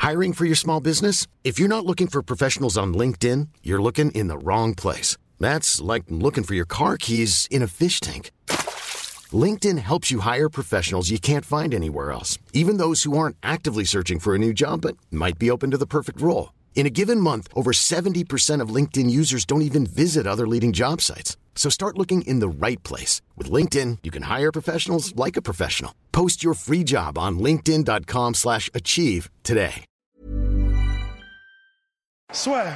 Hiring for your small business? If you're not looking for professionals on LinkedIn, you're looking in the wrong place. That's like looking for your car keys in a fish tank. LinkedIn helps you hire professionals you can't find anywhere else, even those who aren't actively searching for a new job but might be open to the perfect role. In a given month, over 70% of LinkedIn users don't even visit other leading job sites. So start looking in the right place. With LinkedIn, you can hire professionals like a professional. Post your free job on linkedin.com/achieve today. Soit.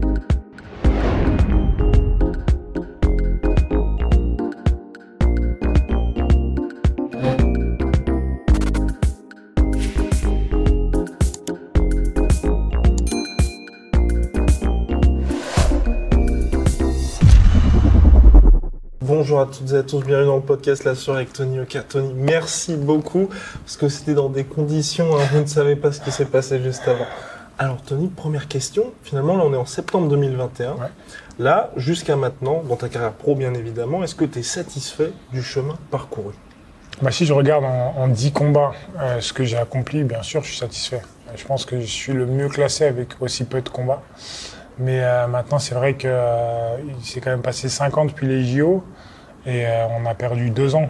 Bonjour à toutes et à tous, bienvenue dans le podcast La Soirée avec Tony Oka. Tony, merci beaucoup, parce que c'était dans des conditions, vous ne savez pas ce qui s'est passé juste avant. Alors Tony, première question, finalement là on est en septembre 2021, ouais. Là jusqu'à maintenant, dans ta carrière pro bien évidemment, est-ce que tu es satisfait du chemin parcouru ? Si je regarde en 10 combats ce que j'ai accompli, bien sûr je suis satisfait. Je pense que je suis le mieux classé avec aussi peu de combats. Mais maintenant, c'est vrai qu'il s'est quand même passé 5 ans depuis les JO et on a perdu 2 ans.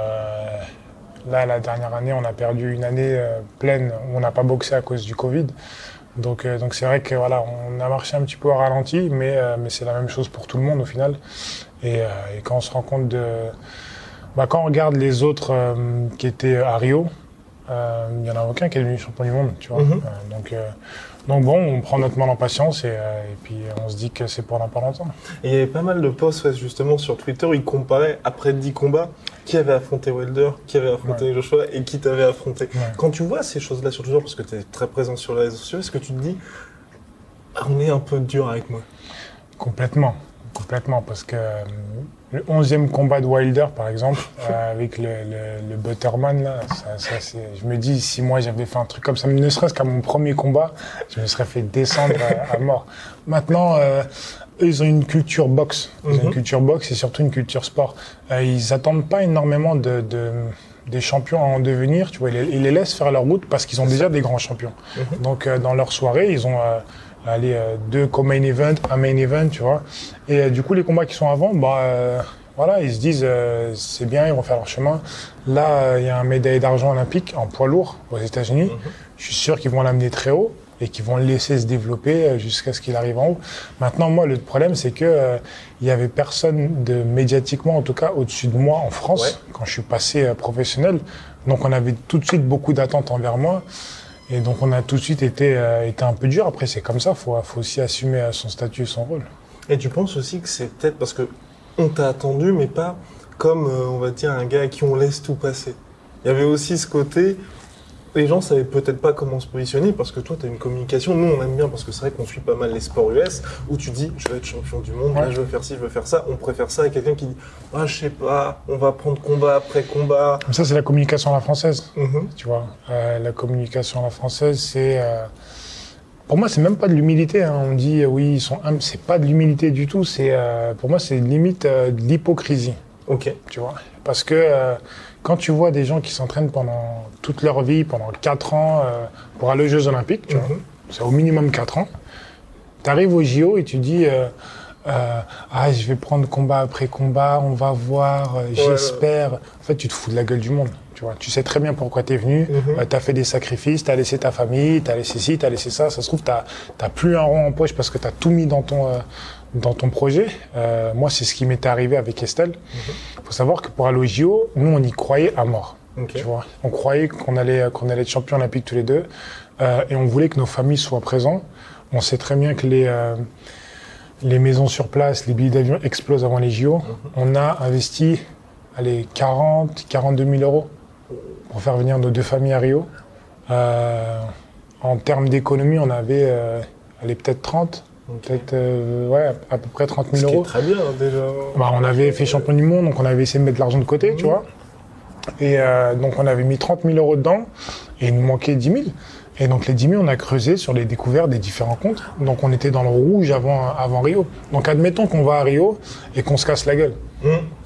Là, la dernière année, on a perdu une année pleine où on n'a pas boxé à cause du Covid. Donc c'est vrai que voilà, on a marché un petit peu au ralenti, mais c'est la même chose pour tout le monde au final. Et quand on se rend compte quand on regarde les autres qui étaient à Rio, il n'y en a aucun qui est devenu champion du monde, tu vois. Donc bon, on prend notre mal en patience et puis on se dit que c'est pour dans pas longtemps. Et il y avait pas mal de posts justement sur Twitter où ils comparaient après 10 combats qui avait affronté Wilder, qui avait affronté Joshua et qui t'avait affronté. Ouais. Quand tu vois ces choses-là sur Twitter, parce que tu es très présent sur les réseaux sociaux, est-ce que tu te dis on est un peu dur avec moi ? Complètement, parce que le 11e combat de Wilder, par exemple, avec le Butterman, là, je me dis, si moi j'avais fait un truc comme ça, ne serait-ce qu'à mon premier combat, je me serais fait descendre à mort. Maintenant, eux, ils ont une culture boxe. Ils ont une culture boxe et surtout une culture sport. Ils attendent pas énormément des champions à en devenir, tu vois. Ils les laissent faire leur route parce qu'ils ont déjà des grands champions. Donc, dans leur soirée, ils ont... 2 co-main event, un main event, tu vois. Et du coup, les combats qui sont avant, ils se disent c'est bien, ils vont faire leur chemin. Là, il y a un médaille d'argent olympique en poids lourd aux États-Unis. Je suis sûr qu'ils vont l'amener très haut et qu'ils vont le laisser se développer jusqu'à ce qu'il arrive en haut. Maintenant, moi, le problème, c'est que il y avait personne de médiatiquement, en tout cas, au-dessus de moi en France quand je suis passé professionnel. Donc, on avait tout de suite beaucoup d'attentes envers moi. Et donc on a tout de suite été un peu dur. Après c'est comme ça, faut aussi assumer son statut et son rôle. Et tu penses aussi que c'est peut-être parce que on t'a attendu, mais pas comme on va dire un gars à qui on laisse tout passer. Il y avait aussi ce côté, les gens savaient peut-être pas comment se positionner parce que toi t'as une communication. Nous on aime bien parce que c'est vrai qu'on suit pas mal les sports US où tu dis je veux être champion du monde, là je veux faire ci, je veux faire ça. On préfère ça à quelqu'un qui dit je sais pas, on va prendre combat après combat. Ça c'est la communication à la française, tu vois. La communication à la française c'est pour moi c'est même pas de l'humilité. Hein. On dit oui ils sont humbles, c'est pas de l'humilité du tout. C'est pour moi c'est limite de l'hypocrisie. Ok. Tu vois, parce que quand tu vois des gens qui s'entraînent pendant toute leur vie, pendant 4 ans, pour aller aux Jeux Olympiques, tu vois, c'est au minimum 4 ans, tu arrives au JO et tu dis je vais prendre combat après combat, on va voir, j'espère. En fait, tu te fous de la gueule du monde. Tu vois, tu sais très bien pourquoi tu es venu, tu as fait des sacrifices, tu as laissé ta famille, tu as laissé ci, tu as laissé ça. Ça se trouve, tu n'as plus un rond en poche parce que tu as tout mis dans ton projet. Moi, c'est ce qui m'était arrivé avec Estelle. Faut savoir que pour aller au JO, nous, on y croyait à mort. Tu vois, on croyait qu'on allait être champions olympiques tous les deux, et on voulait que nos familles soient présents. On sait très bien que les maisons sur place, les billets d'avion explosent avant les JO. On a investi 42 000 euros pour faire venir nos 2 familles à Rio. En termes d'économie, on avait peut-être 30. Peut-être à peu près 30 000 euros. Ce qui est très bien déjà. On avait fait champion du monde, donc on avait essayé de mettre de l'argent de côté, tu vois. Et donc on avait mis 30 000 euros dedans et il nous manquait 10 000. Et donc les 10 000, on a creusé sur les découvertes des différents comptes. Donc on était dans le rouge avant Rio. Donc admettons qu'on va à Rio et qu'on se casse la gueule.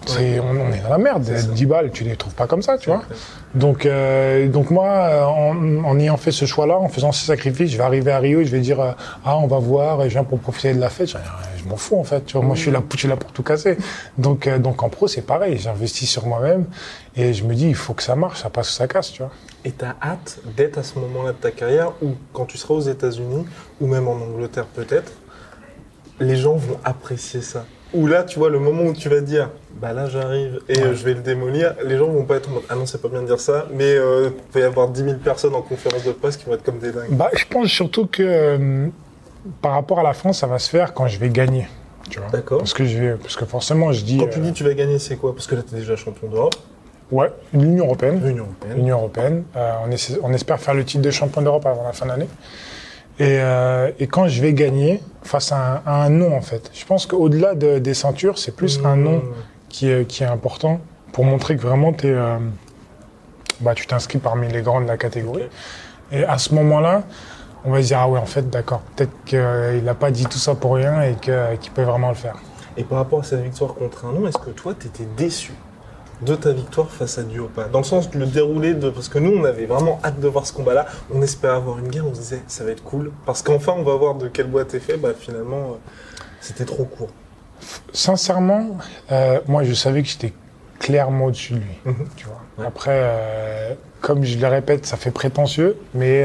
On est dans la merde. 10 balles, tu les trouves pas comme ça, tu vois. Donc moi, en ayant fait ce choix-là, en faisant ce sacrifice, je vais arriver à Rio, je vais dire on va voir, et je viens pour profiter de la fête. Je m'en fous en fait. Tu vois, moi je suis là pour tout casser. Donc en pro c'est pareil. J'investis sur moi-même et je me dis il faut que ça marche, ça passe ou ça casse, tu vois. Et t'as hâte d'être à ce moment-là de ta carrière où quand tu seras aux États-Unis ou même en Angleterre peut-être, les gens vont apprécier ça. Ou là, tu vois, le moment où tu vas dire, bah là j'arrive et je vais le démolir, les gens vont pas être en mode, ah non, c'est pas bien de dire ça, mais il va y avoir 10 000 personnes en conférence de presse qui vont être comme des dingues. Bah, je pense surtout que par rapport à la France, ça va se faire quand je vais gagner. Tu vois. D'accord. Parce que forcément, je dis. Quand tu dis tu vas gagner, c'est quoi? Parce que là, tu es déjà champion d'Europe. Ouais, l'Union européenne. L'Union européenne. On espère faire le titre de champion d'Europe avant la fin de l'année. Et quand je vais gagner, face à un nom en fait. Je pense qu'au-delà des ceintures, c'est plus un nom qui est important pour montrer que vraiment tu t'inscris parmi les grands de la catégorie. Okay. Et à ce moment-là, on va se dire, ah ouais, en fait, d'accord, peut-être qu'il n'a pas dit tout ça pour rien et qu'il peut vraiment le faire. Et par rapport à cette victoire contre un nom, est-ce que toi, tu étais déçu de ta victoire face à Duhaupas? Dans le sens de le déroulé, parce que nous, on avait vraiment hâte de voir ce combat-là. On espérait avoir une guerre, on se disait, ça va être cool. Parce qu'enfin, on va voir de quel bois t'es fait. Bah, finalement, c'était trop court. Sincèrement, moi, je savais que j'étais clairement au-dessus de lui. Tu vois. Ouais. Après, comme je le répète, ça fait prétentieux, mais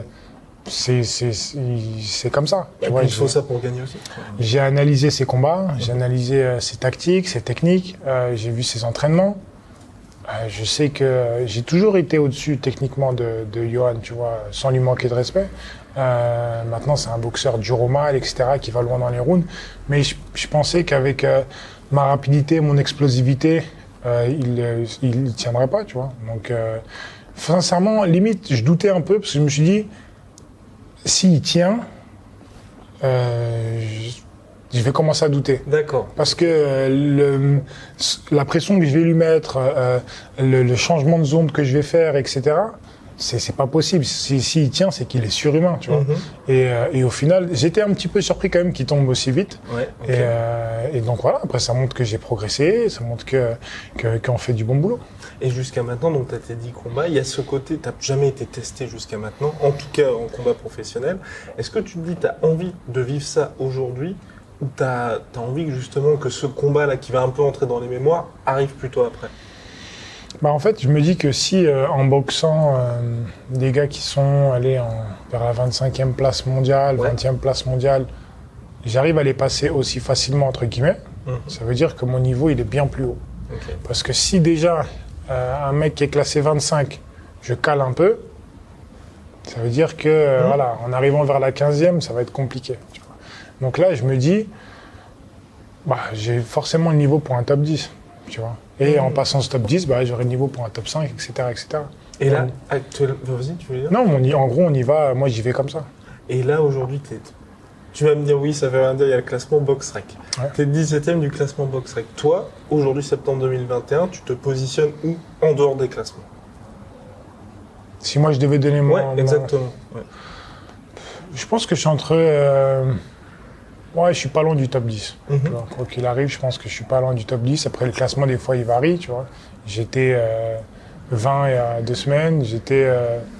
c'est comme ça. Tu vois, il faut ça pour gagner aussi. J'ai analysé ses combats, j'ai analysé ses tactiques, ses techniques, j'ai vu ses entraînements. Je sais que j'ai toujours été au-dessus techniquement de Yohan, tu vois, sans lui manquer de respect. Maintenant, c'est un boxeur dur au mal, etc., qui va loin dans les rounds. Mais je pensais qu'avec ma rapidité, mon explosivité, il tiendrait pas, tu vois. Donc, sincèrement, limite, je doutais un peu parce que je me suis dit, s'il tient, je vais commencer à douter. D'accord. Parce que la pression que je vais lui mettre, le changement de zone que je vais faire, etc., c'est pas possible. S'il tient, c'est qu'il est surhumain, tu vois. Et au final, j'étais un petit peu surpris quand même qu'il tombe aussi vite. Ouais, okay. Et donc voilà, après ça montre que j'ai progressé, ça montre qu'on fait du bon boulot. Et jusqu'à maintenant, donc tu as tes 10 combats, il y a ce côté, tu n'as jamais été testé jusqu'à maintenant, en tout cas en combat professionnel. Est-ce que tu te dis, tu as envie de vivre ça aujourd'hui ou tu as envie justement que ce combat-là qui va un peu entrer dans les mémoires arrive plutôt après? Bah en fait, je me dis que si en boxant des gars qui sont allés vers la 25e place mondiale, 20e place mondiale, j'arrive à les passer aussi facilement, entre guillemets, ça veut dire que mon niveau, il est bien plus haut. Okay. Parce que si déjà un mec qui est classé 25, je cale un peu, ça veut dire que voilà, en arrivant vers la 15e, ça va être compliqué. Tu vois. Donc là, je me dis, j'ai forcément le niveau pour un top 10. Tu vois. Et en passant ce top 10, j'aurai le niveau pour un top 5, etc. etc. Et là, actuellement, vas-y, tu veux dire? Non, en gros, on y va, moi j'y vais comme ça. Et là, aujourd'hui, tu vas me dire, oui, ça veut rien dire, il y a le classement BoxRec. Ouais. Tu es 17e du classement BoxRec. Toi, aujourd'hui, septembre 2021, tu te positionnes où en dehors des classements? Si moi je devais donner mon... Ouais, exactement. Ouais. Je pense que je suis entre... je suis pas loin du top 10. Quoi qu'il arrive, je pense que je suis pas loin du top 10. Après, le classement, des fois, il varie, tu vois. J'étais 20 il y a 2 semaines, j'étais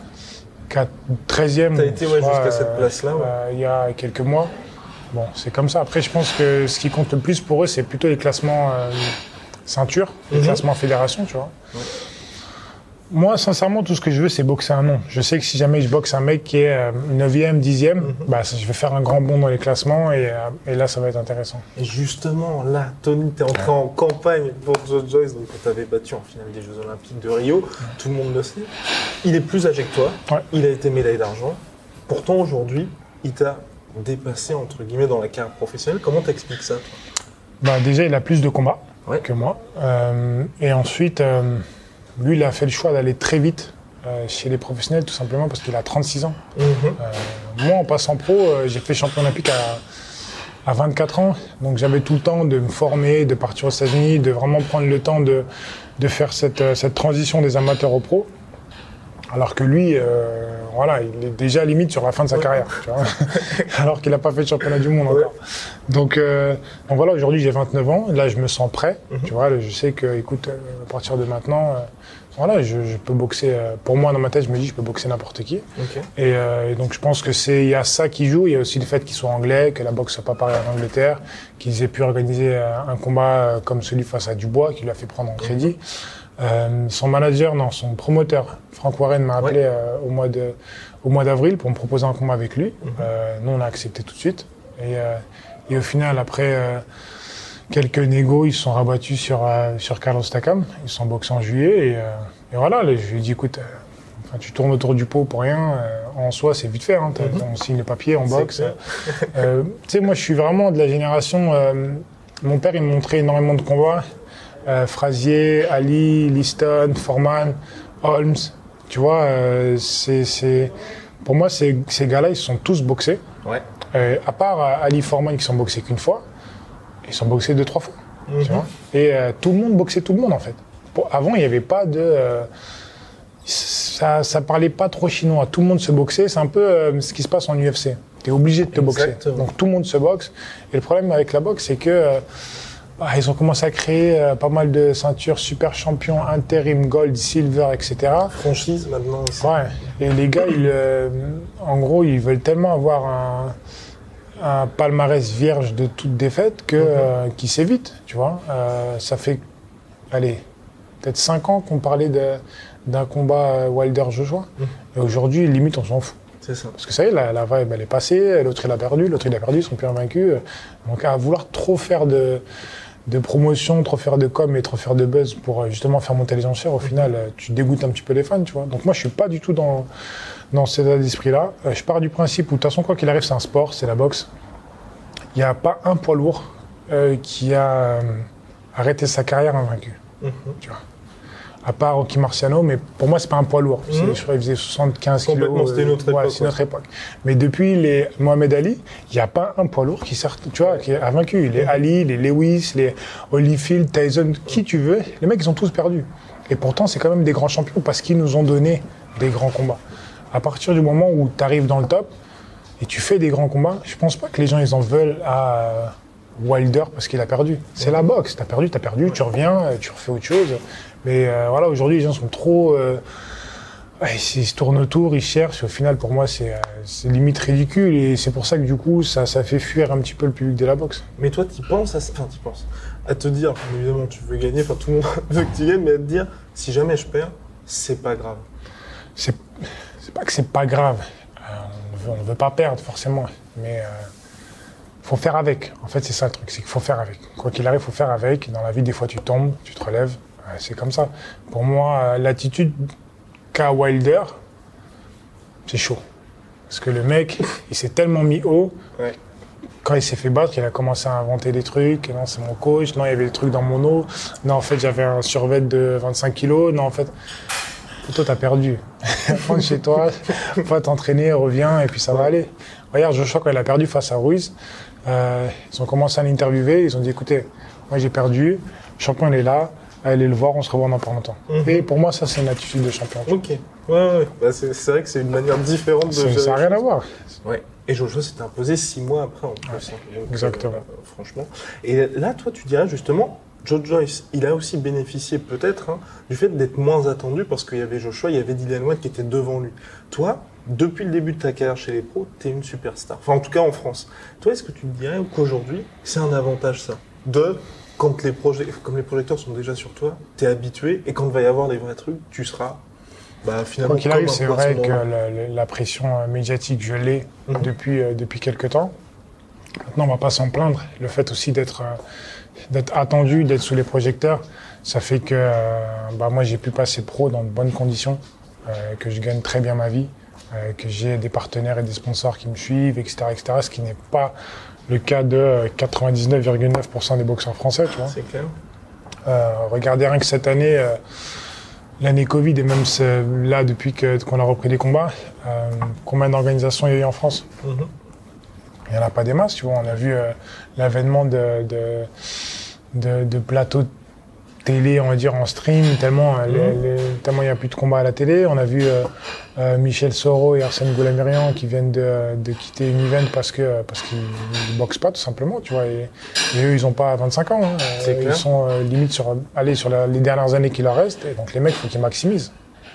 13e. T'as été jusqu'à cette place-là, il y a quelques mois. Bon, c'est comme ça. Après, je pense que ce qui compte le plus pour eux, c'est plutôt les classements ceinture, les classements fédération, tu vois. Ouais. Moi, sincèrement, tout ce que je veux, c'est boxer un nom. Je sais que si jamais je boxe un mec qui est 9e, 10e, je vais faire un grand bond dans les classements et là, ça va être intéressant. Et justement, là, Tony, t'es entré en campagne pour Joe Joyce, donc quand t'avais battu en finale des Jeux Olympiques de Rio, tout le monde le sait. Il est plus âgé que toi, il a été médaille d'argent. Pourtant, aujourd'hui, il t'a dépassé, entre guillemets, dans la carrière professionnelle. Comment t'expliques ça, toi? Déjà, il a plus de combats que moi. Et ensuite... lui, il a fait le choix d'aller très vite chez les professionnels, tout simplement parce qu'il a 36 ans. Moi, en passant pro, j'ai fait champion olympique à 24 ans. Donc, j'avais tout le temps de me former, de partir aux États-Unis, de vraiment prendre le temps de faire cette transition des amateurs aux pros. Alors que lui, voilà, il est déjà limite sur la fin de sa carrière, tu vois. Alors qu'il n'a pas fait le championnat du monde encore. Donc voilà, aujourd'hui j'ai 29 ans, là je me sens prêt, tu vois, je sais que, écoute, à partir de maintenant, voilà, je peux boxer, pour moi dans ma tête je me dis je peux boxer n'importe qui. Et donc je pense que il y a ça qui joue, il y a aussi le fait qu'ils soient anglais, que la boxe soit pas pareille en Angleterre, qu'ils aient pu organiser un combat comme celui face à Dubois, qui lui a fait prendre en crédit. Son manager, non, son promoteur, Frank Warren, m'a appelé au mois d'avril pour me proposer un combat avec lui. Nous, on a accepté tout de suite. Et au final, après quelques négos, ils se sont rabattus sur Carlos Takam. Ils se sont boxés en juillet. Et voilà, je lui ai dit, écoute, tu tournes autour du pot pour rien. En soi, c'est vite fait. Hein, on signe le papier, on boxe. Tu sais, moi, je suis vraiment de la génération... mon père, il me montrait énormément de combats. Frazier, Ali, Liston, Foreman, Holmes, tu vois, pour moi, ces gars-là, ils sont tous boxés. À part Ali Foreman qui sont boxés qu'une fois, ils sont boxés 2-3 fois. Tu vois, et tout le monde boxait tout le monde, en fait. Avant, il n'y avait pas de... ça parlait pas trop chinois. Tout le monde se boxait. C'est un peu ce qui se passe en UFC. Tu es obligé de te boxer. Donc tout le monde se boxe. Et le problème avec la boxe, c'est que... ils ont commencé à créer pas mal de ceintures super champions, intérim, gold, silver, etc. Franchise maintenant aussi. Ouais. Et les gars, en gros, ils veulent tellement avoir un palmarès vierge de toute défaite qu'ils s'évitent, tu vois. Ça fait, peut-être 5 ans qu'on parlait d'un combat Wilder-Joshua. Et aujourd'hui, limite, on s'en fout. C'est ça. Parce que ça y est, la vibe, elle est passée, l'autre il a perdu, ils sont plus invaincus. Donc à vouloir trop faire de promotion, trop faire de com et trop faire de buzz pour justement faire monter les enchères, au final, tu dégoûtes un petit peu les fans, tu vois. Donc moi, je suis pas du tout dans cet état d'esprit-là. Je pars du principe où, de toute façon, quoi qu'il arrive, c'est un sport, c'est la boxe. Il n'y a pas un poids lourd qui a arrêté sa carrière invaincu, tu vois. À part Rocky Marciano, mais pour moi, c'est pas un poids lourd. Je crois qu'il faisait 75 kilos. Complètement, c'était une autre époque. C'est notre époque. Mais depuis les Mohamed Ali, il n'y a pas un poids lourd qui a vaincu. Les Ali, les Lewis, les Holyfield, Tyson, qui tu veux, les mecs, ils ont tous perdu. Et pourtant, c'est quand même des grands champions parce qu'ils nous ont donné des grands combats. À partir du moment où tu arrives dans le top et tu fais des grands combats, je pense pas que les gens, ils en veulent à Wilder parce qu'il a perdu. C'est la boxe. T'as perdu, tu reviens, tu refais autre chose. Mais voilà, aujourd'hui, les gens sont trop... ils se tournent autour, ils cherchent. Au final, pour moi, c'est limite ridicule. Et c'est pour ça que, du coup, ça fait fuir un petit peu le public de la boxe. Mais toi, t'y penses à te dire, évidemment, tu veux gagner, tout le monde veut que tu gagnes, mais à te dire, si jamais je perds, c'est pas grave. C'est pas que c'est pas grave. On ne veut pas perdre, forcément. Mais faut faire avec. En fait, c'est ça le truc, c'est qu'il faut faire avec. Quoi qu'il arrive, il faut faire avec. Dans la vie, des fois, tu tombes, tu te relèves. C'est comme ça. Pour moi, l'attitude qu'a Wilder, c'est chaud. Parce que le mec, il s'est tellement mis haut. Quand il s'est fait battre, il a commencé à inventer des trucs. Non, c'est mon coach. Non, il y avait des trucs dans mon eau. Non, en fait, j'avais un survêt de 25 kilos. Non, en fait, toi, t'as perdu. Rentre chez toi, va t'entraîner, reviens, et puis ça va aller. Regarde, Joshua, quand il a perdu face à Ruiz, ils ont commencé à l'interviewer. Ils ont dit, écoutez, moi, j'ai perdu. Le champion, il est là. Allez le voir, on se revoit dans pas longtemps. Et pour moi, ça, c'est une attitude de champion. Ok. Ouais. Bah, c'est vrai que c'est une manière différente de gérer. Ça n'a rien à voir. Ouais. Et Joshua s'était imposé 6 mois après, en plus. Donc, exactement. Franchement. Et là, toi, tu dirais justement, Joe Joyce, il a aussi bénéficié peut-être du fait d'être moins attendu parce qu'il y avait Joshua, il y avait Dillian Whyte qui était devant lui. Toi, depuis le début de ta carrière chez les pros, t'es une superstar. Enfin, en tout cas, en France. Toi, est-ce que tu te dirais qu'aujourd'hui, c'est un avantage, ça, quand comme les projecteurs sont déjà sur toi, t'es habitué, et quand il va y avoir des vrais trucs, tu seras finalement... Quoi qu'il arrive, c'est vrai que la pression médiatique, je l'ai depuis quelques temps. Maintenant, on va pas s'en plaindre. Le fait aussi d'être attendu, d'être sous les projecteurs, ça fait que moi, j'ai pu passer pro dans de bonnes conditions, que je gagne très bien ma vie, que j'ai des partenaires et des sponsors qui me suivent, etc., ce qui n'est pas le cas de 99,9% des boxeurs français, tu vois. C'est clair. Regardez rien que cette année, l'année Covid, et même là, depuis qu'on a repris les combats, combien d'organisations il y a eu en France? Il n'y en a pas des masses, tu vois. On a vu l'avènement de plateaux télé, on va dire en stream, tellement il n'y a plus de combat à la télé. On a vu Michel Soro et Arsène Goulamirian qui viennent de quitter une event parce qu'ils boxent pas tout simplement, tu vois. Et eux, ils ont pas 25 ans. Hein. Ils sont limite sur les dernières années qui leur restent. Et donc les mecs, il faut qu'ils maximisent.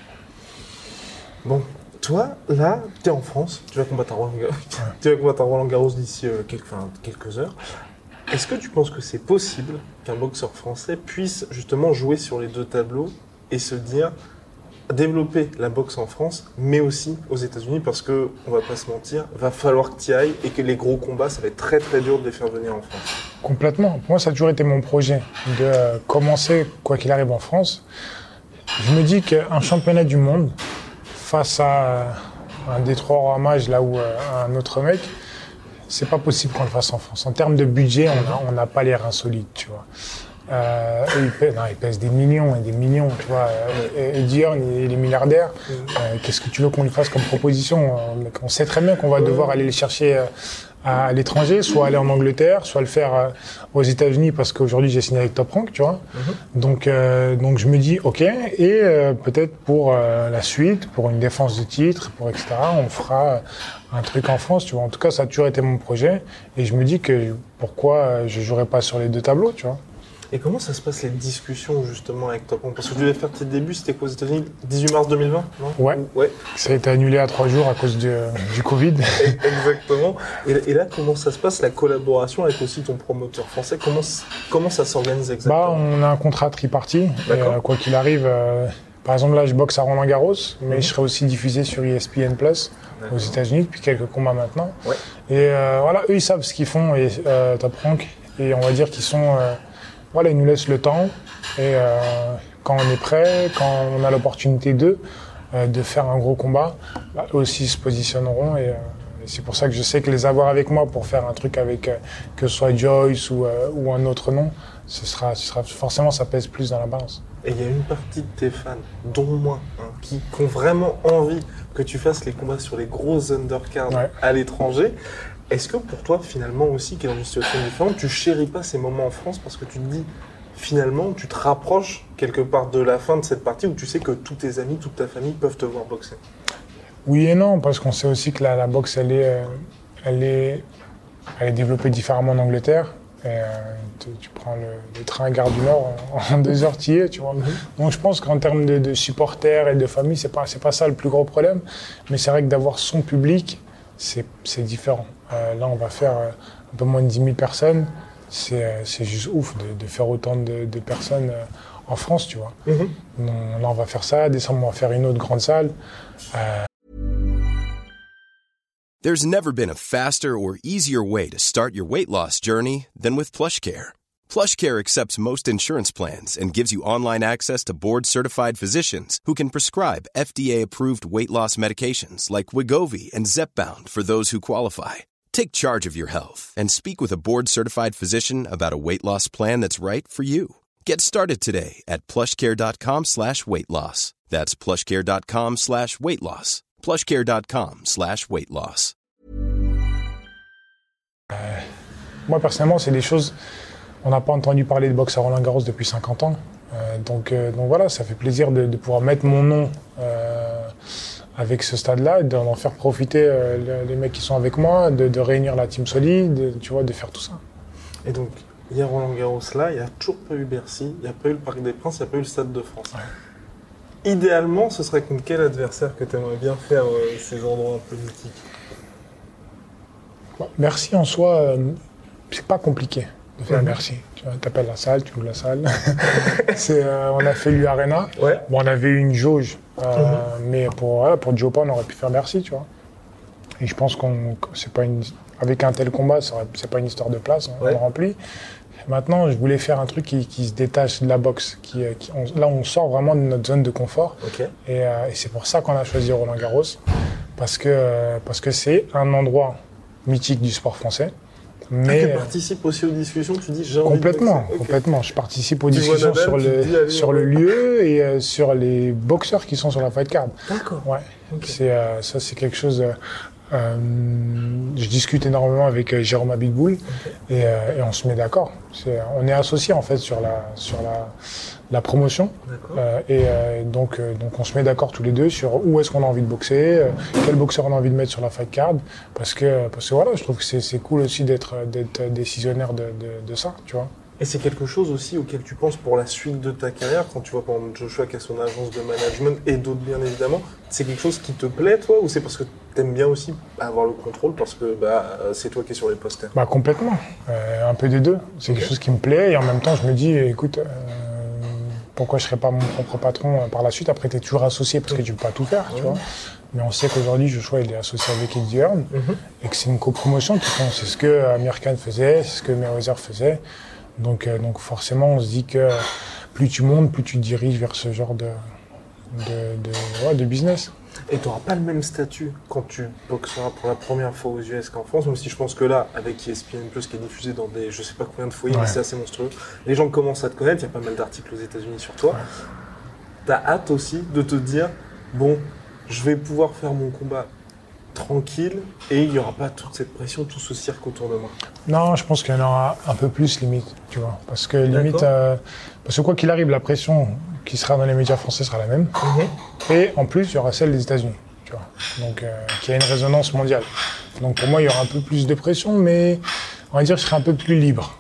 Bon, toi, là, tu es en France, tu vas combattre à Roland-Garros d'ici quelques heures. Est-ce que tu penses que c'est possible qu'un boxeur français puisse justement jouer sur les deux tableaux et se dire, développer la boxe en France, mais aussi aux États-Unis, parce que, on va pas se mentir, va falloir que tu y ailles et que les gros combats, ça va être très très dur de les faire venir en France. Complètement. Pour moi, ça a toujours été mon projet de commencer, quoi qu'il arrive en France. Je me dis qu'un championnat du monde, face à un Détroit Ramage, là où un autre mec, c'est pas possible qu'on le fasse en France. En termes de budget, on n'a pas l'air insolite, tu vois. Ils pèsent des millions et des millions, tu vois. Eddie Hearn, il est milliardaire. Qu'est-ce que tu veux qu'on lui fasse comme proposition? On sait très bien qu'on va devoir aller les chercher à l'étranger, soit aller en Angleterre, soit le faire aux États-Unis, parce qu'aujourd'hui j'ai signé avec Top Rank, tu vois. Donc je me dis ok, et peut-être pour la suite, pour une défense de titre, pour etc., on fera un truc en France, tu vois. En tout cas, ça a toujours été mon projet, et je me dis que pourquoi je jouerais pas sur les deux tableaux, tu vois. Et comment ça se passe les discussions justement avec Top Rank? Parce que tu devais faire tes débuts, c'était quoi aux États-Unis? 18 mars 2020, non? Ouais. Ça a été annulé à 3 jours à cause du Covid. Exactement. Et là, comment ça se passe, la collaboration avec aussi ton promoteur français? Comment ça s'organise exactement? On a un contrat tripartite. Et, quoi qu'il arrive, par exemple là, je boxe à Roland-Garros, mais je serai aussi diffusé sur ESPN Plus aux États-Unis depuis quelques combats maintenant. Ouais. Et voilà, eux ils savent ce qu'ils font, et Top Rank, et on va dire qu'ils sont voilà, ils nous laissent le temps, et quand on est prêt, quand on a l'opportunité de faire un gros combat, eux aussi se positionneront, et c'est pour ça que je sais que les avoir avec moi pour faire un truc avec que ce soit Joyce ou un autre nom, ce sera forcément, ça pèse plus dans la balance. Et il y a une partie de tes fans, dont moi, qui ont vraiment envie que tu fasses les combats sur les grosses undercards à l'étranger. Est-ce que pour toi, finalement aussi, qui est dans une situation différente, tu chéris pas ces moments en France parce que tu te dis, finalement, tu te rapproches quelque part de la fin de cette partie où tu sais que tous tes amis, toute ta famille peuvent te voir boxer? Oui et non, parce qu'on sait aussi que la boxe, elle est développée différemment en Angleterre. Et, tu prends le train à Gare du Nord, en 2 heures tu y es, tu vois. Donc je pense qu'en termes de supporters et de famille, c'est pas ça le plus gros problème. Mais c'est vrai que d'avoir son public, c'est différent. Là, on va faire un peu moins de 10 000 personnes. C'est juste ouf de faire autant de personnes en France, tu vois. Là, on va faire ça. Décembre, on va faire une autre grande salle. There's never been a faster or easier way to start your weight loss journey than with PlushCare. PlushCare accepts most insurance plans and gives you online access to board-certified physicians who can prescribe FDA-approved weight loss medications like Wegovy and Zepbound for those who qualify. Take charge of your health and speak with a board-certified physician about a weight loss plan that's right for you. Get started today at plushcare.com/weightloss. That's plushcare.com/weightloss. plushcare.com/weightloss. Moi, personnellement, c'est des choses... On n'a pas entendu parler de boxe à Roland-Garros depuis 50 ans. Donc voilà, ça fait plaisir de pouvoir mettre mon nom avec ce stade-là, d'en faire profiter les mecs qui sont avec moi, de réunir la team solide, tu vois, de faire tout ça. Et donc, il y a Roland-Garros là, il n'y a toujours pas eu Bercy, il n'y a pas eu le Parc des Princes, il n'y a pas eu le Stade de France. Ouais. Idéalement, ce serait contre quel adversaire que tu aimerais bien faire ces endroits un peu mythiques? Bercy en soi, c'est pas compliqué de faire Bercy. Tu appelles la salle, tu loues la salle. On a fait l'U-Arena. Ouais. Bon, on avait eu une jauge, mais pour Joe on aurait pu faire Bercy, tu vois. Et je pense avec un tel combat, c'est pas une histoire de place, on le remplit. Maintenant, je voulais faire un truc qui se détache de la boxe. Là, on sort vraiment de notre zone de confort. Okay. Et c'est pour ça qu'on a choisi Roland-Garros. Parce que c'est un endroit mythique du sport français. Mais tu participes aussi aux discussions, tu dis j'ai envie complètement. Je participe aux discussions sur le lieu et sur les boxeurs qui sont sur la fight card. D'accord. Ouais. Okay. C'est quelque chose. je discute énormément avec Jérôme Abitboul et on se met d'accord. On est associés en fait sur la promotion donc on se met d'accord tous les deux sur où est-ce qu'on a envie de boxer, quel boxeur on a envie de mettre sur la fight card, parce que voilà, je trouve que c'est cool aussi d'être décisionnaire de ça, tu vois. Et c'est quelque chose aussi auquel tu penses pour la suite de ta carrière, quand tu vois par exemple Joshua qui a son agence de management et d'autres bien évidemment, c'est quelque chose qui te plaît toi, ou c'est parce que t'aimes bien aussi avoir le contrôle parce que c'est toi qui es sur les posters? Complètement, un peu des deux. C'est quelque chose qui me plaît et en même temps je me dis écoute, pourquoi je serais pas mon propre patron par la suite? Après t'es toujours associé parce que tu peux pas tout faire, tu vois. Mais on sait qu'aujourd'hui Joshua il est associé avec Eddie Hearn et que c'est une copromotion qui font. C'est ce que Amir Khan faisait, c'est ce que Mayweather faisait. Donc forcément, on se dit que plus tu montes, plus tu te diriges vers ce genre de business. Et tu n'auras pas le même statut quand tu boxeras pour la première fois aux US qu'en France, même si je pense que là, avec ESPN+, qui est diffusé dans des je sais pas combien de foyers, mais c'est assez monstrueux, les gens commencent à te connaître, il y a pas mal d'articles aux États-Unis sur toi. Tu as hâte aussi de te dire, bon, je vais pouvoir faire mon combat tranquille et il n'y aura pas toute cette pression, tout ce cirque autour de moi. Non, je pense qu'il y en aura un peu plus limite, tu vois. Parce que limite, parce que quoi qu'il arrive, la pression qui sera dans les médias français sera la même. Et en plus, il y aura celle des États-Unis, tu vois. Donc, qui a une résonance mondiale. Donc pour moi, il y aura un peu plus de pression, mais on va dire que je serai un peu plus libre.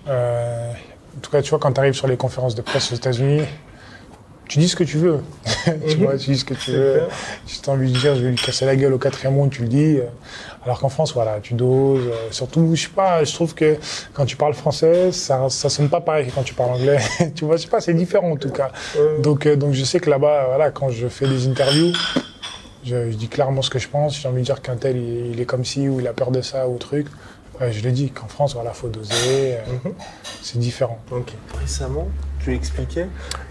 En tout cas, tu vois, quand tu arrives sur les conférences de presse aux États-Unis, tu dis ce que tu veux. Tu vois, tu dis ce que tu veux. Si tu as envie de dire, je vais lui casser la gueule au 4e round, tu le dis. Alors qu'en France, voilà, tu doses. Surtout, je sais pas, je trouve que quand tu parles français, ça sonne pas pareil que quand tu parles anglais. Tu vois, je sais pas, c'est différent en tout cas. Donc je sais que là-bas, voilà, quand je fais des interviews, je dis clairement ce que je pense. Si j'ai envie de dire qu'un tel, il est comme ci, ou il a peur de ça, ou truc. Je le dis, qu'en France, voilà, faut doser. C'est différent. Ok. Récemment, tu expliquais,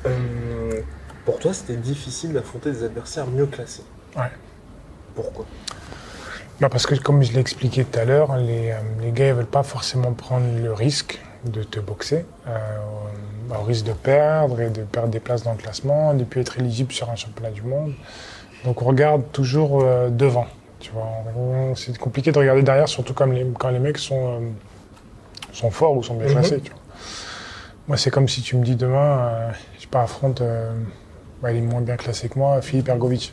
pour toi, c'était difficile d'affronter des adversaires mieux classés. Ouais. Pourquoi? Parce que, comme je l'ai expliqué tout à l'heure, les gars ne veulent pas forcément prendre le risque de te boxer, au risque de perdre et de perdre des places dans le classement, de ne plus être éligible sur un championnat du monde. Donc on regarde toujours devant. Tu vois, c'est compliqué de regarder derrière, surtout quand les mecs sont forts ou sont bien classés. Tu vois. Moi, c'est comme si tu me dis demain, je affronte, il est moins bien classé que moi, Philippe Ergovic.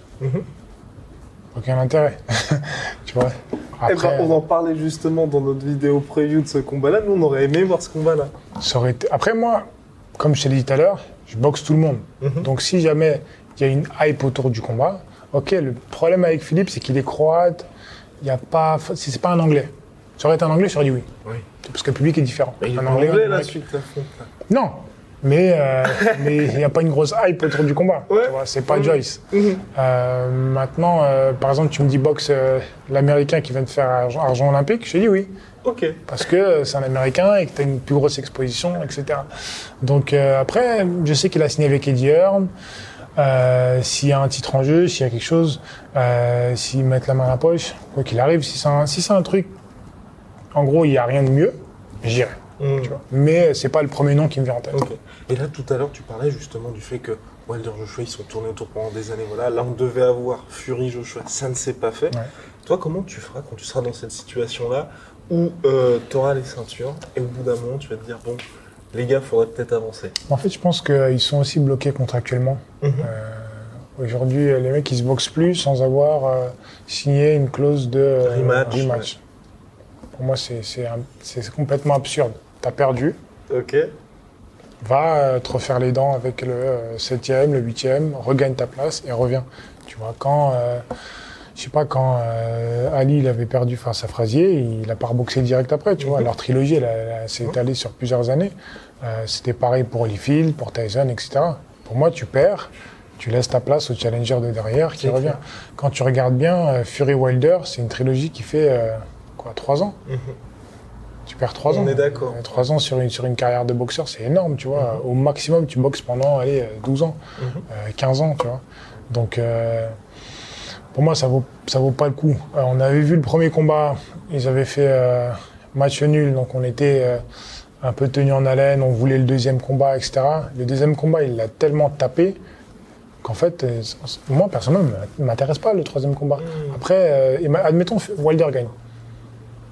Aucun intérêt. Tu vois. Après, on en parlait justement dans notre vidéo preview de ce combat-là. Nous, on aurait aimé voir ce combat-là. Après, moi, comme je t'ai dit tout à l'heure, je boxe tout le monde. Donc, si jamais il y a une hype autour du combat, ok, le problème avec Philippe, c'est qu'il est croate, c'est pas un anglais. Ça aurait été un anglais, j'aurais dit oui. Parce que le public est différent. Mais il est un pas anglais, là, celui que t'affrontes, là. Non, mais il n'y a pas une grosse hype autour du combat. Tu vois, c'est pas Joyce. Maintenant, par exemple, tu me dis boxe l'Américain qui vient de faire argent olympique, je te dis oui. Ok. Parce que c'est un Américain et que tu as une plus grosse exposition, etc. Donc après, je sais qu'il a signé avec Eddie Hearn. S'il y a un titre en jeu, s'il y a quelque chose, s'ils mettent la main à la poche, quoi qu'il arrive, si c'est un truc, en gros, il n'y a rien de mieux, j'irai. Tu vois. Mais c'est pas le premier nom qui me vient en tête. Okay. Et là, tout à l'heure, tu parlais justement du fait que Wilder Joshua, ils sont tournés autour pendant des années. Voilà. Là, on devait avoir Fury Joshua, ça ne s'est pas fait. Toi, comment tu feras quand tu seras dans cette situation-là où tu auras les ceintures et au bout d'un moment, tu vas te dire, bon, les gars, il faudrait peut-être avancer? En fait, je pense qu'ils sont aussi bloqués contractuellement. Aujourd'hui, les mecs, ils se boxent plus sans avoir signé une clause de rematch. Pour moi, c'est complètement absurde. T'as perdu. Ok. Va te refaire les dents avec le 7e, le 8e, regagne ta place et reviens. Tu vois, quand Ali il avait perdu face à Frazier, il a pas reboxé direct après. Tu vois, leur trilogie, elle s'est étalée sur plusieurs années. C'était pareil pour Holyfield, pour Tyson, etc. Pour moi, tu perds, tu laisses ta place au challenger de derrière qui revient. Quand tu regardes bien, Fury Wilder, c'est une trilogie qui fait 3 ans. Tu perds 3 ans. On est d'accord. 3 ans sur une carrière de boxeur, c'est énorme, tu vois. Au maximum, tu boxes pendant 12 ans, 15 ans, tu vois. Donc, pour moi, ça vaut pas le coup. On avait vu le premier combat, ils avaient fait match nul, donc on était un peu tenu en haleine, on voulait le deuxième combat, etc. Le deuxième combat, il l'a tellement tapé qu'en fait, moi, personnellement, il ne m'intéresse pas le troisième combat. Après, admettons, Wilder gagne.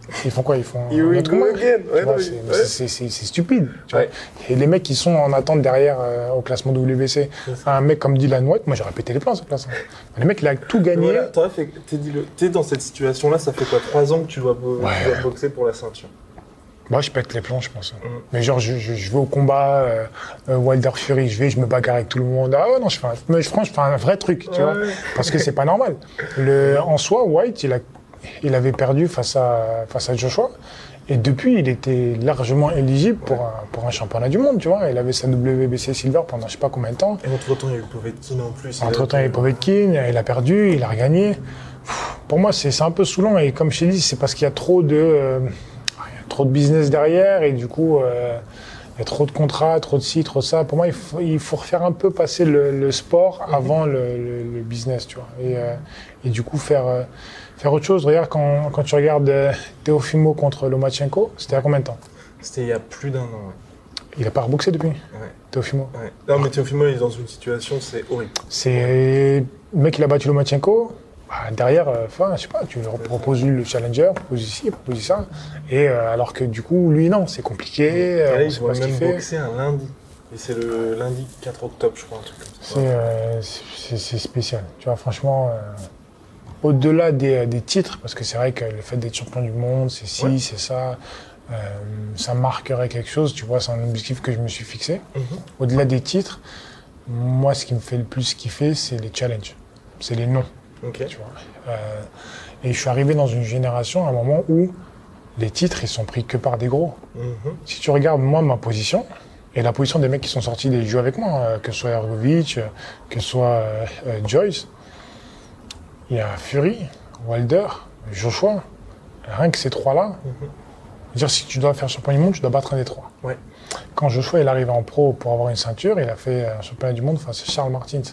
Ils font quoi? Ils font You un will autre go combat. again. Tu Ouais, vois, non, c'est stupide. Tu vois. Ouais. Et les mecs qui sont en attente derrière au classement WBC, C'est ça. un mec comme Dylan White, moi j'aurais pété les plans à sa place. Le mec il a tout gagné. Voilà, t'es dans cette situation-là, ça fait quoi, 3 ans que tu dois boxer pour la ceinture. Moi je pète les plombs, je pense. Mais genre je vais au combat, Wilder Fury, je me bagarre avec tout le monde. Ah ouais non, je fais un vrai truc, tu vois, parce que c'est pas normal. En soi, White il avait perdu face à Joshua. Et depuis, il était largement éligible pour un championnat du monde, tu vois. Il avait sa WBC Silver pendant je sais pas combien de temps. Et entre-temps, il y a eu Povetkin en plus. Entre-temps, il y a eu Povetkin, il a perdu, il a regagné. Pour moi, c'est un peu saoulant. Et comme je t'ai dit, c'est parce qu'il y a trop de business derrière. Et du coup, il y a trop de contrats, trop de ci, trop de ça. Pour moi, il faut refaire un peu passer le sport avant le business, tu vois. Et du coup, faire autre chose. Regarde, quand tu regardes Teofimo contre Lomachenko, c'était à combien de temps? C'était il y a plus d'un an, ouais. Il n'a pas reboxé depuis, Teofimo. Ouais. Non, mais Teofimo, il est dans une situation, c'est horrible. Le mec, il a battu Lomachenko. Derrière, je sais pas, tu lui proposes le challenger, proposes ici, proposes ça. Et alors que du coup, lui, non, c'est compliqué. Là, on il sait va pas ce qu'il même fait. boxer un lundi. Et c'est le lundi 4 octobre, je crois, un truc comme ça. C'est spécial. Tu vois, franchement, au-delà des titres, parce que c'est vrai que le fait d'être champion du monde, c'est c'est ça, ça marquerait quelque chose. Tu vois, c'est un objectif que je me suis fixé. Au-delà des titres, moi, ce qui me fait le plus kiffer, c'est les challenges. C'est les noms. Ok. Tu vois. Et je suis arrivé dans une génération, à un moment où les titres, ils sont pris que par des gros. Si tu regardes, moi, ma position, et la position des mecs qui sont sortis des jeux avec moi, que ce soit Hrgović, que ce soit Joyce, il y a Fury, Wilder, Joshua, rien que ces trois-là. Dire si tu dois faire champion du monde, tu dois battre un des trois. Ouais. Quand Joshua est arrivé en pro pour avoir une ceinture, il a fait un championnat du monde face à Charles Martins.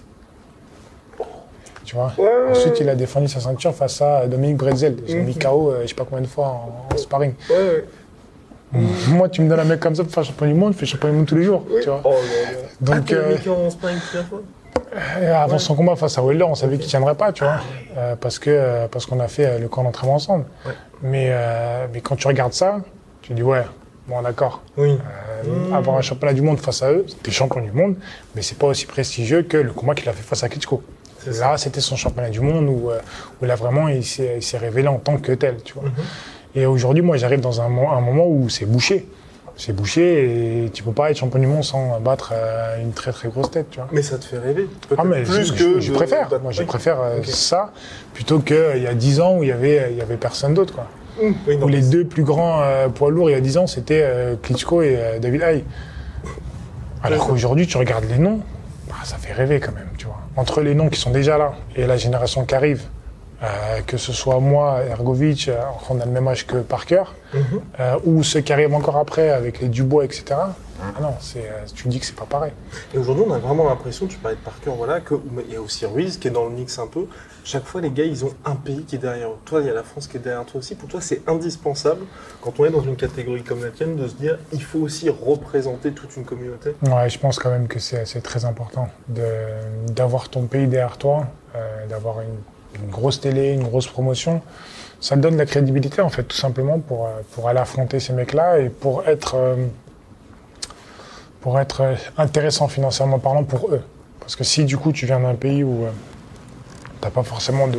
Tu vois. Ensuite, il a défendu sa ceinture face à Dominique Brezel. Ils ont mis KO, je sais pas combien de fois en sparring. Moi, tu me donnes un mec comme ça pour faire champion du monde, je fais champion du monde tous les jours. Tu vois. Donc, tu l'as mis en sparring plusieurs fois. Avant son combat face à Wilder, on savait qu'il tiendrait pas, tu vois, parce qu'on a fait le camp d'entraînement ensemble. Mais quand tu regardes ça, tu dis ouais, bon d'accord. Avoir un championnat du monde face à eux, t'es champion du monde, mais c'est pas aussi prestigieux que le combat qu'il a fait face à Klitschko. Là, c'était son championnat du monde où là vraiment il s'est révélé en tant que tel, tu vois. Et aujourd'hui, moi, j'arrive dans un moment où c'est bouché. C'est bouché et tu peux pas être champion du monde sans battre une très très grosse tête, tu vois. Mais ça te fait rêver. Mais je préfère. Moi, je préfère ça plutôt qu'il y a 10 ans où il y avait personne d'autre, quoi. Où les deux plus grands poids lourds il y a 10 ans, c'était Klitschko et David Haye. Alors qu'aujourd'hui, tu regardes les noms, ça fait rêver quand même, tu vois. Entre les noms qui sont déjà là et la génération qui arrive, que ce soit moi, Hrgović, on a le même âge que Parker, ou ceux qui arrivent encore après avec les Dubois, etc. Ah non, tu dis que c'est pas pareil. Et aujourd'hui, on a vraiment l'impression, tu parlais de Parker, voilà, qu'il y a aussi Ruiz qui est dans le mix un peu. Chaque fois, les gars, ils ont un pays qui est derrière eux. Toi, il y a la France qui est derrière toi aussi. Pour toi, c'est indispensable, quand on est dans une catégorie comme la tienne, de se dire il faut aussi représenter toute une communauté. Ouais, je pense quand même que c'est très important d'avoir ton pays derrière toi, d'avoir une grosse télé, une grosse promotion. Ça te donne de la crédibilité, en fait, tout simplement, pour aller affronter ces mecs-là et pour être intéressant financièrement parlant pour eux. Parce que si, du coup, tu viens d'un pays où t'as pas forcément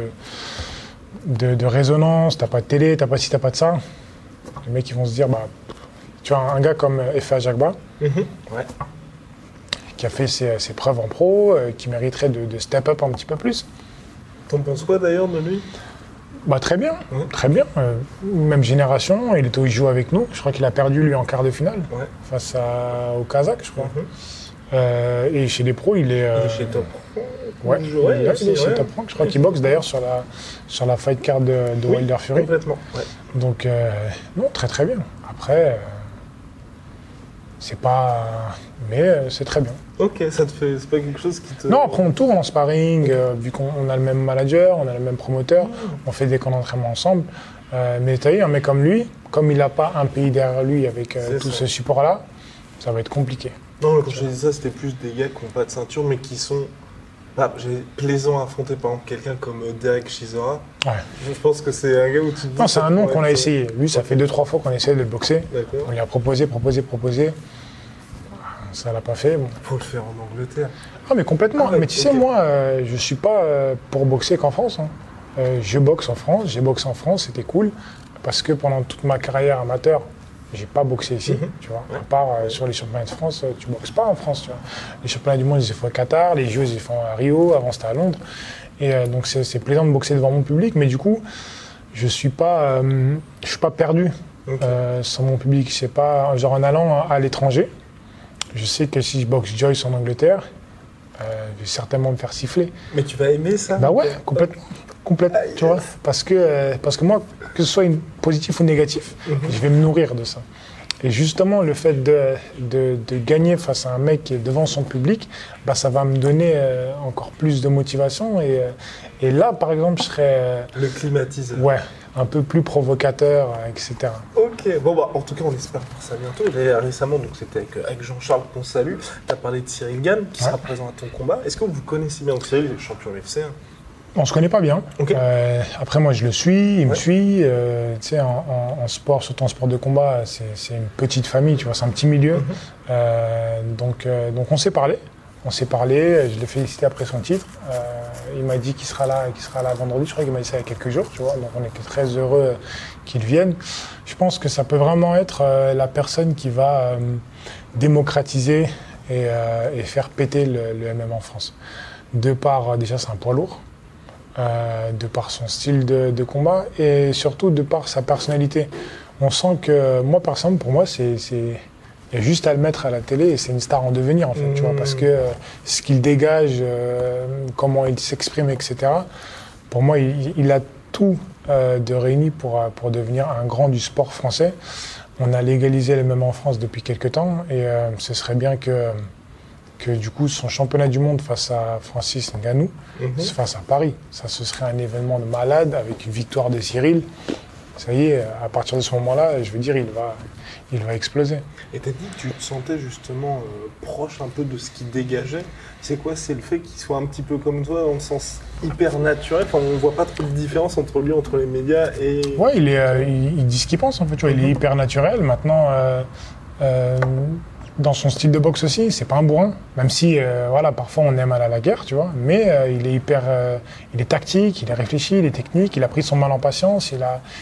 de résonance, t'as pas de télé, t'as pas ci, t'as pas de ça, les mecs, ils vont se dire, tu vois, un gars comme Efe Ajagba, qui a fait ses preuves en pro, qui mériterait de step up un petit peu plus. T'en penses quoi d'ailleurs de lui ? Très bien, très bien. Même génération, il joue avec nous. Je crois qu'il a perdu lui en quart de finale face au Kazakh, je crois. Et chez les pros, il est chez Top. Il est chez Top Rank. Je crois qu'il boxe d'ailleurs sur la fight card de Wilder Fury. Complètement. Donc non, très très bien. Après, c'est pas, mais c'est très bien. Ok, c'est pas quelque chose qui te... Non, après on tourne en sparring, vu qu'on a le même manager, on a le même promoteur, on fait des camps d'entraînement ensemble. Mais tu as vu, un mec comme lui, comme il n'a pas un pays derrière lui avec tout ce support-là, ça va être compliqué. Non, mais quand je dis ça, c'était plus des gars qui n'ont pas de ceinture, mais qui sont J'ai plaisant à affronter par exemple quelqu'un comme Derek Chisora. Ouais. Je pense que c'est un gars où tu te dis... Non, c'est un nom qu'on a essayé. Lui, ça fait 2-3 fois qu'on a essayé de le boxer. D'accord. On lui a proposé. Ça l'a pas fait. Bon. Faut le faire en Angleterre. Ah, mais complètement. Ouais, mais tu sais, moi, je suis pas pour boxer qu'en France. Hein. Je boxe en France. J'ai boxé en France, c'était cool. Parce que pendant toute ma carrière amateur, j'ai pas boxé ici, tu vois. À part sur les championnats de France, tu boxes pas en France, tu vois. Les championnats du monde, ils les font au Qatar, les Jeux, ils les font à Rio, avant c'était à Londres. Et donc c'est plaisant de boxer devant mon public, mais du coup, je suis pas perdu sans mon public. C'est pas genre en allant à l'étranger. Je sais que si je boxe Joyce en Angleterre, je vais certainement me faire siffler. Mais tu vas aimer ça? Bah ouais, complètement, tu vois. Parce que moi, que ce soit positif ou négatif, je vais me nourrir de ça. Et justement, le fait de gagner face à un mec qui est devant son public, bah, ça va me donner encore plus de motivation. Et là, par exemple, je serais... le climatiseur. Ouais, un peu plus provocateur, etc. Ok, bon bah en tout cas on espère pour ça bientôt. Et récemment, donc c'était avec Jean-Charles qu'on salue, tu as parlé de Cyril Gane qui sera présent à ton combat. Est-ce que vous connaissez bien? Donc Cyril est champion UFC. On se connaît pas bien. Okay. Après, moi, je le suis, il me suit. Tu sais, en sport, surtout en sport de combat, c'est une petite famille, tu vois, c'est un petit milieu. Donc, on s'est parlé. Je l'ai félicité après son titre. Il m'a dit qu'il sera là vendredi. Je crois qu'il m'a dit ça il y a quelques jours, tu vois. Donc, on était très heureux qu'il vienne. Je pense que ça peut vraiment être la personne qui va démocratiser et faire péter le MMA en France. De par, déjà, c'est un poids lourd. De par son style de combat et surtout de par sa personnalité. On sent que, moi, par exemple, pour moi, il y a juste à le mettre à la télé et c'est une star en devenir, en fait, tu vois, parce que ce qu'il dégage, comment il s'exprime, etc., pour moi, il a tout de réuni pour devenir un grand du sport français. On a légalisé le MMA en France depuis quelques temps et ce serait bien que du coup son championnat du monde face à Francis Ngannou se fasse à Paris. Ça, ce serait un événement de malade avec une victoire de Cyril. Ça y est, à partir de ce moment-là, je veux dire, il va exploser. Et t'as dit que tu te sentais justement proche un peu de ce qu'il dégageait. C'est quoi? C'est le fait qu'il soit un petit peu comme toi, dans le sens hyper naturel. Enfin, on voit pas trop de différence entre lui, entre les médias et... Ouais, il dit ce qu'il pense, en fait. Tu vois, il est hyper naturel. Maintenant... dans son style de boxe aussi, c'est pas un bourrin, même si voilà, parfois on aime aller à la guerre, tu vois, mais il est tactique, il est réfléchi, il est technique, il a pris son mal en patience,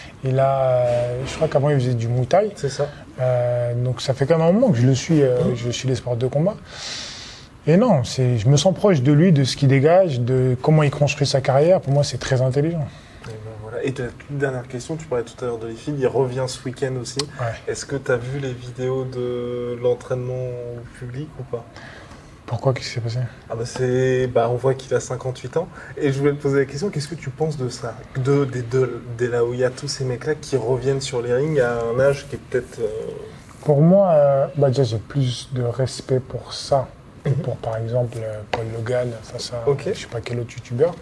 je crois qu'avant il faisait du Muay Thai. C'est ça. Donc ça fait quand même un moment que je le suis les sports de combat. Et non, je me sens proche de lui, de ce qu'il dégage, de comment il construit sa carrière. Pour moi, c'est très intelligent. Et la toute dernière question, tu parlais tout à l'heure de l'IFID, il revient ce week-end aussi. Ouais. Est-ce que tu as vu les vidéos de l'entraînement public ou pas? Pourquoi? Qu'est-ce qui s'est passé? On voit qu'il a 58 ans. Et je voulais te poser la question, qu'est-ce que tu penses de ça? De là où il y a tous ces mecs-là qui reviennent sur les rings à un âge qui est peut-être... Pour moi, déjà j'ai plus de respect pour ça que pour par exemple Paul Logan face à je sais pas quel autre youtubeur.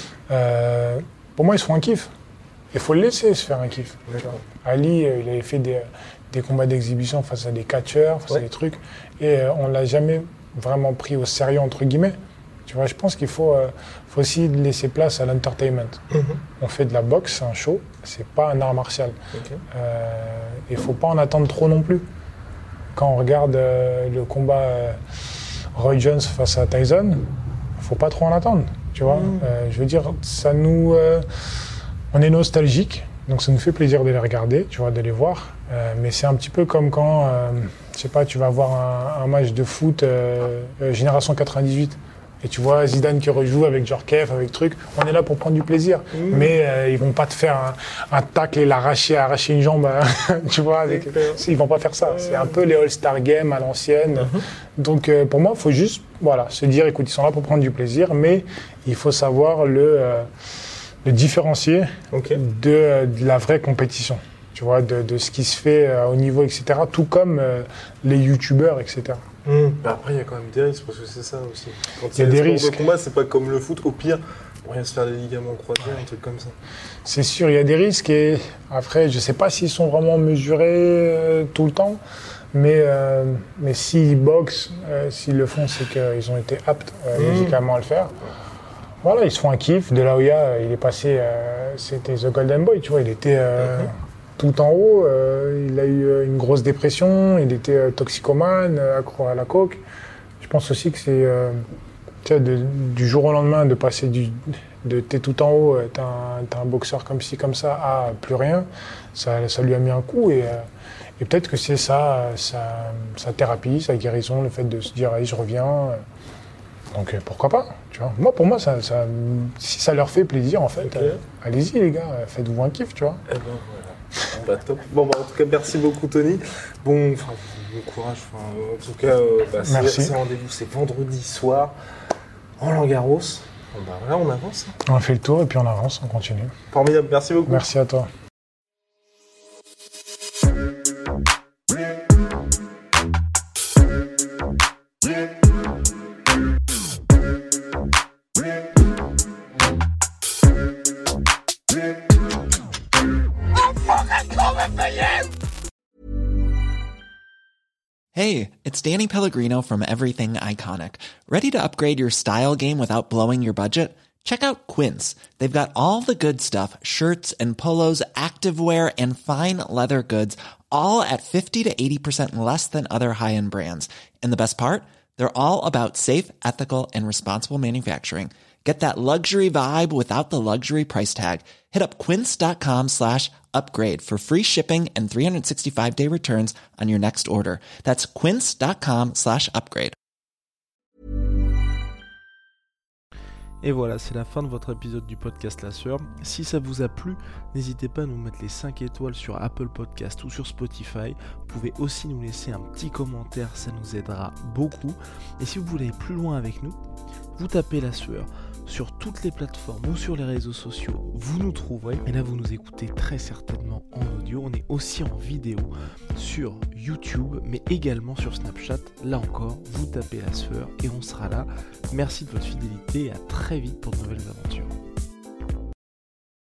Pour moi, ils se font un kiff. Il faut le laisser se faire un kiff. Ali, il avait fait des combats d'exhibition face à des catcheurs, face à des trucs, et on ne l'a jamais vraiment pris au sérieux, entre guillemets. Tu vois, je pense qu'il faut aussi laisser place à l'entertainment. On fait de la boxe, c'est un show, c'est pas un art martial. Il ne faut pas en attendre trop non plus. Quand on regarde le combat Roy Jones face à Tyson, il ne faut pas trop en attendre. Tu vois, je veux dire, ça nous... on est nostalgique, donc ça nous fait plaisir de les regarder, tu vois, de les voir. Mais c'est un petit peu comme quand, je sais pas, tu vas voir un match de foot Génération 98. Et tu vois Zidane qui rejoue avec Djorkaeff, avec truc. On est là pour prendre du plaisir. Mais ils vont pas te faire un tacle et arracher une jambe. Tu vois, ils vont pas faire ça. C'est un peu les All-Star Games à l'ancienne. Donc pour moi, il faut juste se dire, écoute, ils sont là pour prendre du plaisir, mais il faut savoir le différencier de la vraie compétition. Tu vois, de ce qui se fait au niveau, etc. Tout comme les youtubeurs, etc. Après, il y a quand même des risques, parce que c'est ça aussi. Quand il y a des risques. Le combat, c'est pas comme le foot. Au pire, on vient se faire des ligaments croisés, un truc comme ça. C'est sûr, il y a des risques. Et après, je sais pas s'ils sont vraiment mesurés tout le temps. Mais s'ils boxent, s'ils le font, c'est qu'ils ont été aptes médicalement à le faire. Voilà, ils se font un kiff. De La Hoya, il est passé, c'était The Golden Boy, tu vois, il était tout en haut. Il a eu une grosse dépression, il était toxicomane, accro à la coke. Je pense aussi que c'est, tu sais, du jour au lendemain, de passer t'es tout en haut, t'es un boxeur comme ci, comme ça, à plus rien, ça lui a mis un coup. Et peut-être que c'est ça, sa thérapie, sa guérison, le fait de se dire, allez, je reviens. Donc pourquoi pas, tu vois. Pour moi, si ça leur fait plaisir, en fait, allez-y les gars, faites-vous un kiff, tu vois. Eh ben voilà. Top. Bon, en tout cas, merci beaucoup Tony. Bon courage. En tout cas, c'est rendez-vous, c'est vendredi soir en Langaros. Là, on avance. On a fait le tour et puis on avance, on continue. Formidable, merci beaucoup. Merci à toi. Hey, it's Danny Pellegrino from Everything Iconic. Ready to upgrade your style game without blowing your budget? Check out Quince. They've got all the good stuff, shirts and polos, activewear, and fine leather goods, all at 50 to 80% less than other high-end brands. And the best part? They're all about safe, ethical, and responsible manufacturing. Get that luxury vibe without the luxury price tag. Hit up quince.com/upgrade for free shipping and 365-day returns on your next order. That's quince.com/upgrade. Et voilà, c'est la fin de votre épisode du podcast La Sueur. Si ça vous a plu, n'hésitez pas à nous mettre les 5 étoiles sur Apple Podcast ou sur Spotify. Vous pouvez aussi nous laisser un petit commentaire, ça nous aidera beaucoup. Et si vous voulez aller plus loin avec nous, vous tapez La Sueur sur toutes les plateformes ou sur les réseaux sociaux, vous nous trouverez. Et là, vous nous écoutez très certainement en audio. On est aussi en vidéo sur YouTube, mais également sur Snapchat. Là encore, vous tapez La Sueur et on sera là. Merci de votre fidélité et à très vite pour de nouvelles aventures.